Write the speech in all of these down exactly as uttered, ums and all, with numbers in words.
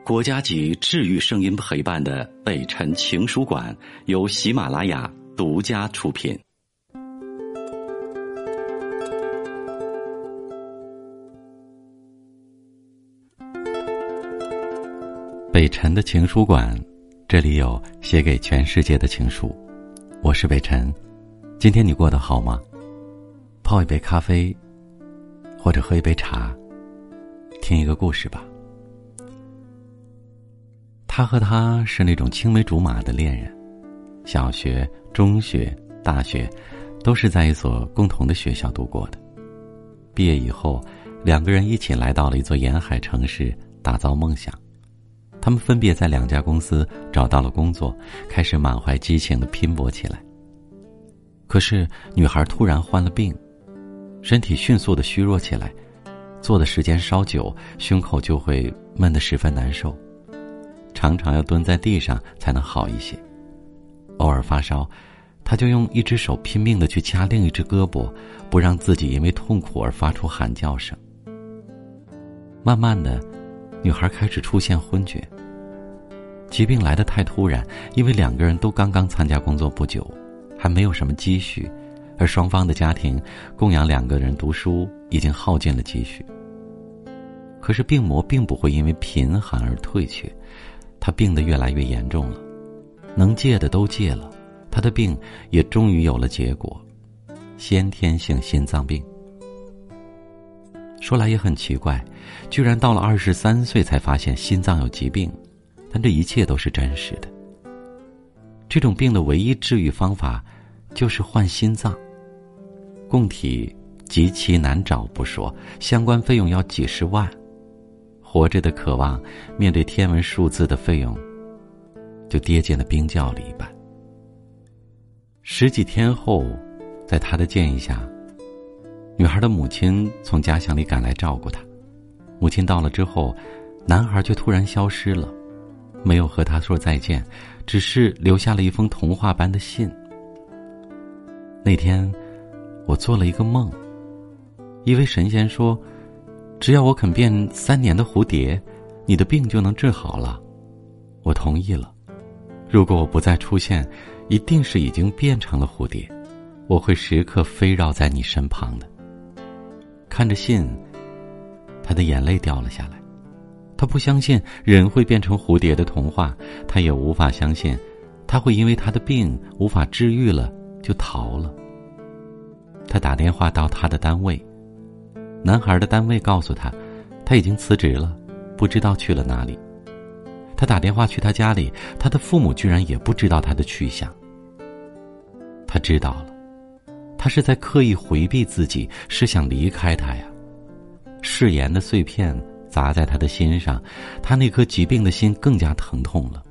国家级治愈声音陪伴的北辰情书馆由喜马拉雅独家出品。北辰的情书馆，这里有写给全世界的情书。我是北辰，今天你过得好吗？泡一杯咖啡，或者喝一杯茶，听一个故事吧。他和她是那种青梅竹马的恋人，小学、中学、大学都是在一所共同的学校度过的。毕业以后，两个人一起来到了一座沿海城市，打造梦想。他们分别在两家公司找到了工作，开始满怀激情地拼搏起来。可是女孩突然患了病，身体迅速地虚弱起来，坐的时间稍久，胸口就会闷得十分难受，常常要蹲在地上才能好一些。偶尔发烧，她就用一只手拼命地去掐另一只胳膊，不让自己因为痛苦而发出喊叫声。慢慢的，女孩开始出现昏厥。疾病来得太突然，因为两个人都刚刚参加工作不久，还没有什么积蓄，而双方的家庭供养两个人读书已经耗尽了积蓄。可是病魔并不会因为贫寒而退却，他病得越来越严重了，能戒的都戒了，他的病也终于有了结果，先天性心脏病。说来也很奇怪，居然到了二十三岁才发现心脏有疾病，但这一切都是真实的。这种病的唯一治愈方法就是换心脏，供体极其难找不说，相关费用要几十万。活着的渴望面对天文数字的费用，就跌进了冰窖里一般。十几天后，在他的建议下，女孩的母亲从家乡里赶来照顾她。母亲到了之后，男孩却突然消失了，没有和她说再见，只是留下了一封童话般的信。那天我做了一个梦，一位神仙说，只要我肯变三年的蝴蝶，你的病就能治好了。我同意了，如果我不再出现，一定是已经变成了蝴蝶，我会时刻飞绕在你身旁的。看着信，他的眼泪掉了下来。他不相信人会变成蝴蝶的童话，他也无法相信他会因为他的病无法治愈了就逃了。他打电话到他的单位，男孩的单位告诉他，他已经辞职了，不知道去了哪里。他打电话去他家里，他的父母居然也不知道他的去向。他知道了，他是在刻意回避自己，是想离开他呀。誓言的碎片砸在他的心上，他那颗疾病的心更加疼痛了。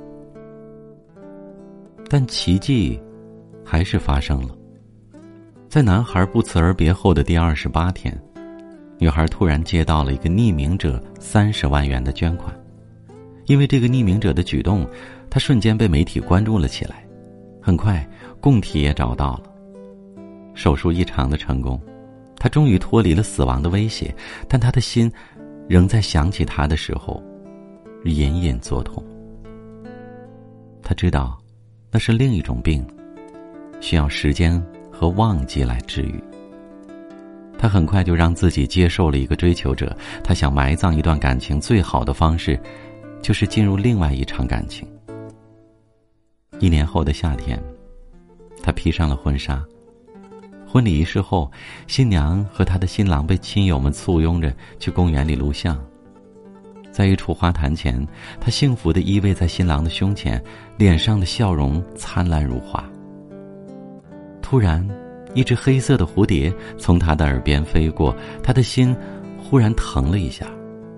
但奇迹还是发生了。在男孩不辞而别后的第二十八天，女孩突然接到了一个匿名者三十万元的捐款。因为这个匿名者的举动，她瞬间被媒体关注了起来。很快，供体也找到了。手术异常的成功，她终于脱离了死亡的威胁，但她的心仍在想起他的时候隐隐作痛。她知道那是另一种病，需要时间和忘记来治愈。她很快就让自己接受了一个追求者，她想埋葬一段感情最好的方式就是进入另外一场感情。一年后的夏天，她披上了婚纱。婚礼仪式后，新娘和她的新郎被亲友们簇拥着去公园里录像。在一处花坛前，她幸福地依偎在新郎的胸前，脸上的笑容灿烂如花。突然，一只黑色的蝴蝶从她的耳边飞过，她的心忽然疼了一下。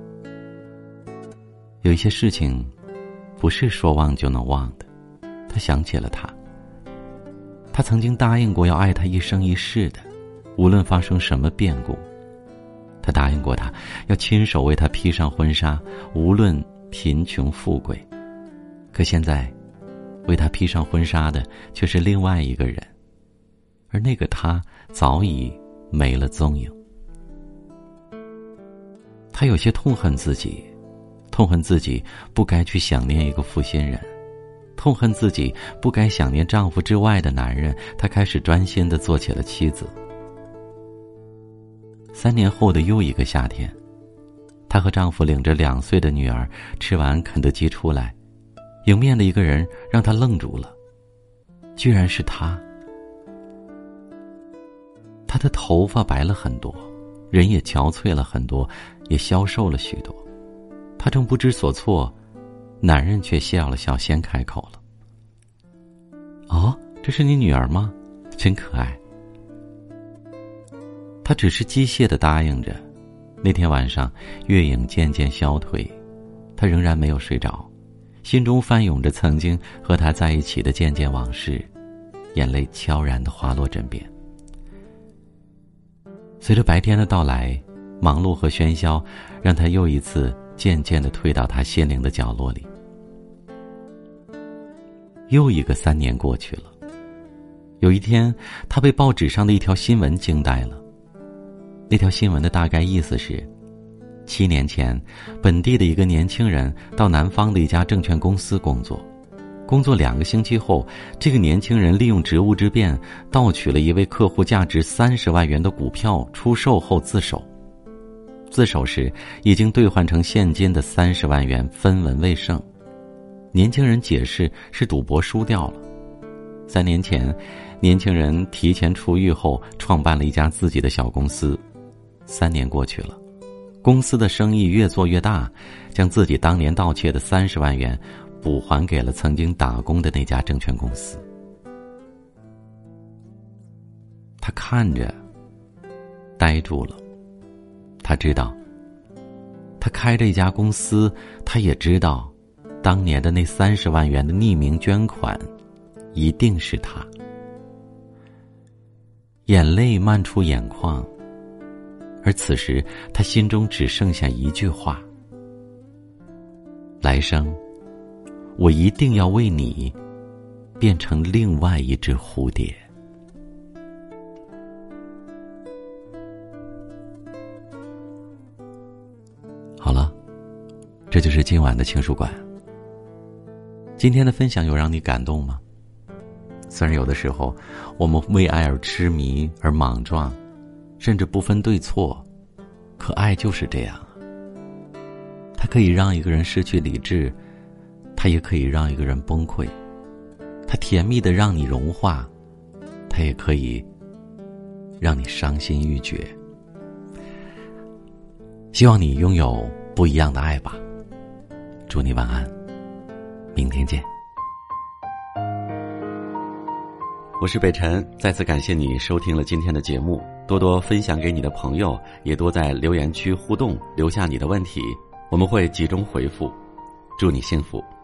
有一些事情不是说忘就能忘的，她想起了他。他曾经答应过要爱她一生一世的，无论发生什么变故。他答应过她要亲手为她披上婚纱，无论贫穷富贵。可现在为她披上婚纱的却是另外一个人，而那个他早已没了踪影。他有些痛恨自己， 痛恨自己不该去想念一个负心人，痛恨自己不该想念丈夫之外的男人。她开始专心地做起了妻子。三年后的又一个夏天，她和丈夫领着两岁的女儿吃完肯德基出来，迎面的一个人让她愣住了，居然是他。他的头发白了很多，人也憔悴了很多，也消瘦了许多。他正不知所措，男人却笑了笑，先开口了：“哦，这是你女儿吗？真可爱。”他只是机械地答应着。那天晚上，月影渐渐消退，他仍然没有睡着，心中翻涌着曾经和他在一起的渐渐往事，眼泪悄然地滑落枕边。随着白天的到来，忙碌和喧嚣让他又一次渐渐地退到他心灵的角落里。又一个三年过去了，有一天，他被报纸上的一条新闻惊呆了。那条新闻的大概意思是，七年前，本地的一个年轻人到南方的一家证券公司工作。工作两个星期后，这个年轻人利用职务之便，盗取了一位客户价值三十万元的股票，出售后自首。自首时，已经兑换成现金的三十万元分文未剩。年轻人解释是赌博输掉了。三年前，年轻人提前出狱后，创办了一家自己的小公司。三年过去了，公司的生意越做越大，将自己当年盗窃的三十万元补还给了曾经打工的那家证券公司。他看着，呆住了。他知道，他开着一家公司，他也知道，当年的那三十万元的匿名捐款，一定是他。眼泪漫出眼眶，而此时他心中只剩下一句话：来生，我一定要为你变成另外一只蝴蝶。好了，这就是今晚的情书馆。今天的分享有让你感动吗？虽然有的时候我们为爱而痴迷而莽撞，甚至不分对错，可爱就是这样，它可以让一个人失去理智，它也可以让一个人崩溃，它甜蜜的让你融化，它也可以让你伤心欲绝。希望你拥有不一样的爱吧。祝你晚安，明天见。我是北辰，再次感谢你收听了今天的节目，多多分享给你的朋友，也多在留言区互动，留下你的问题，我们会集中回复。祝你幸福。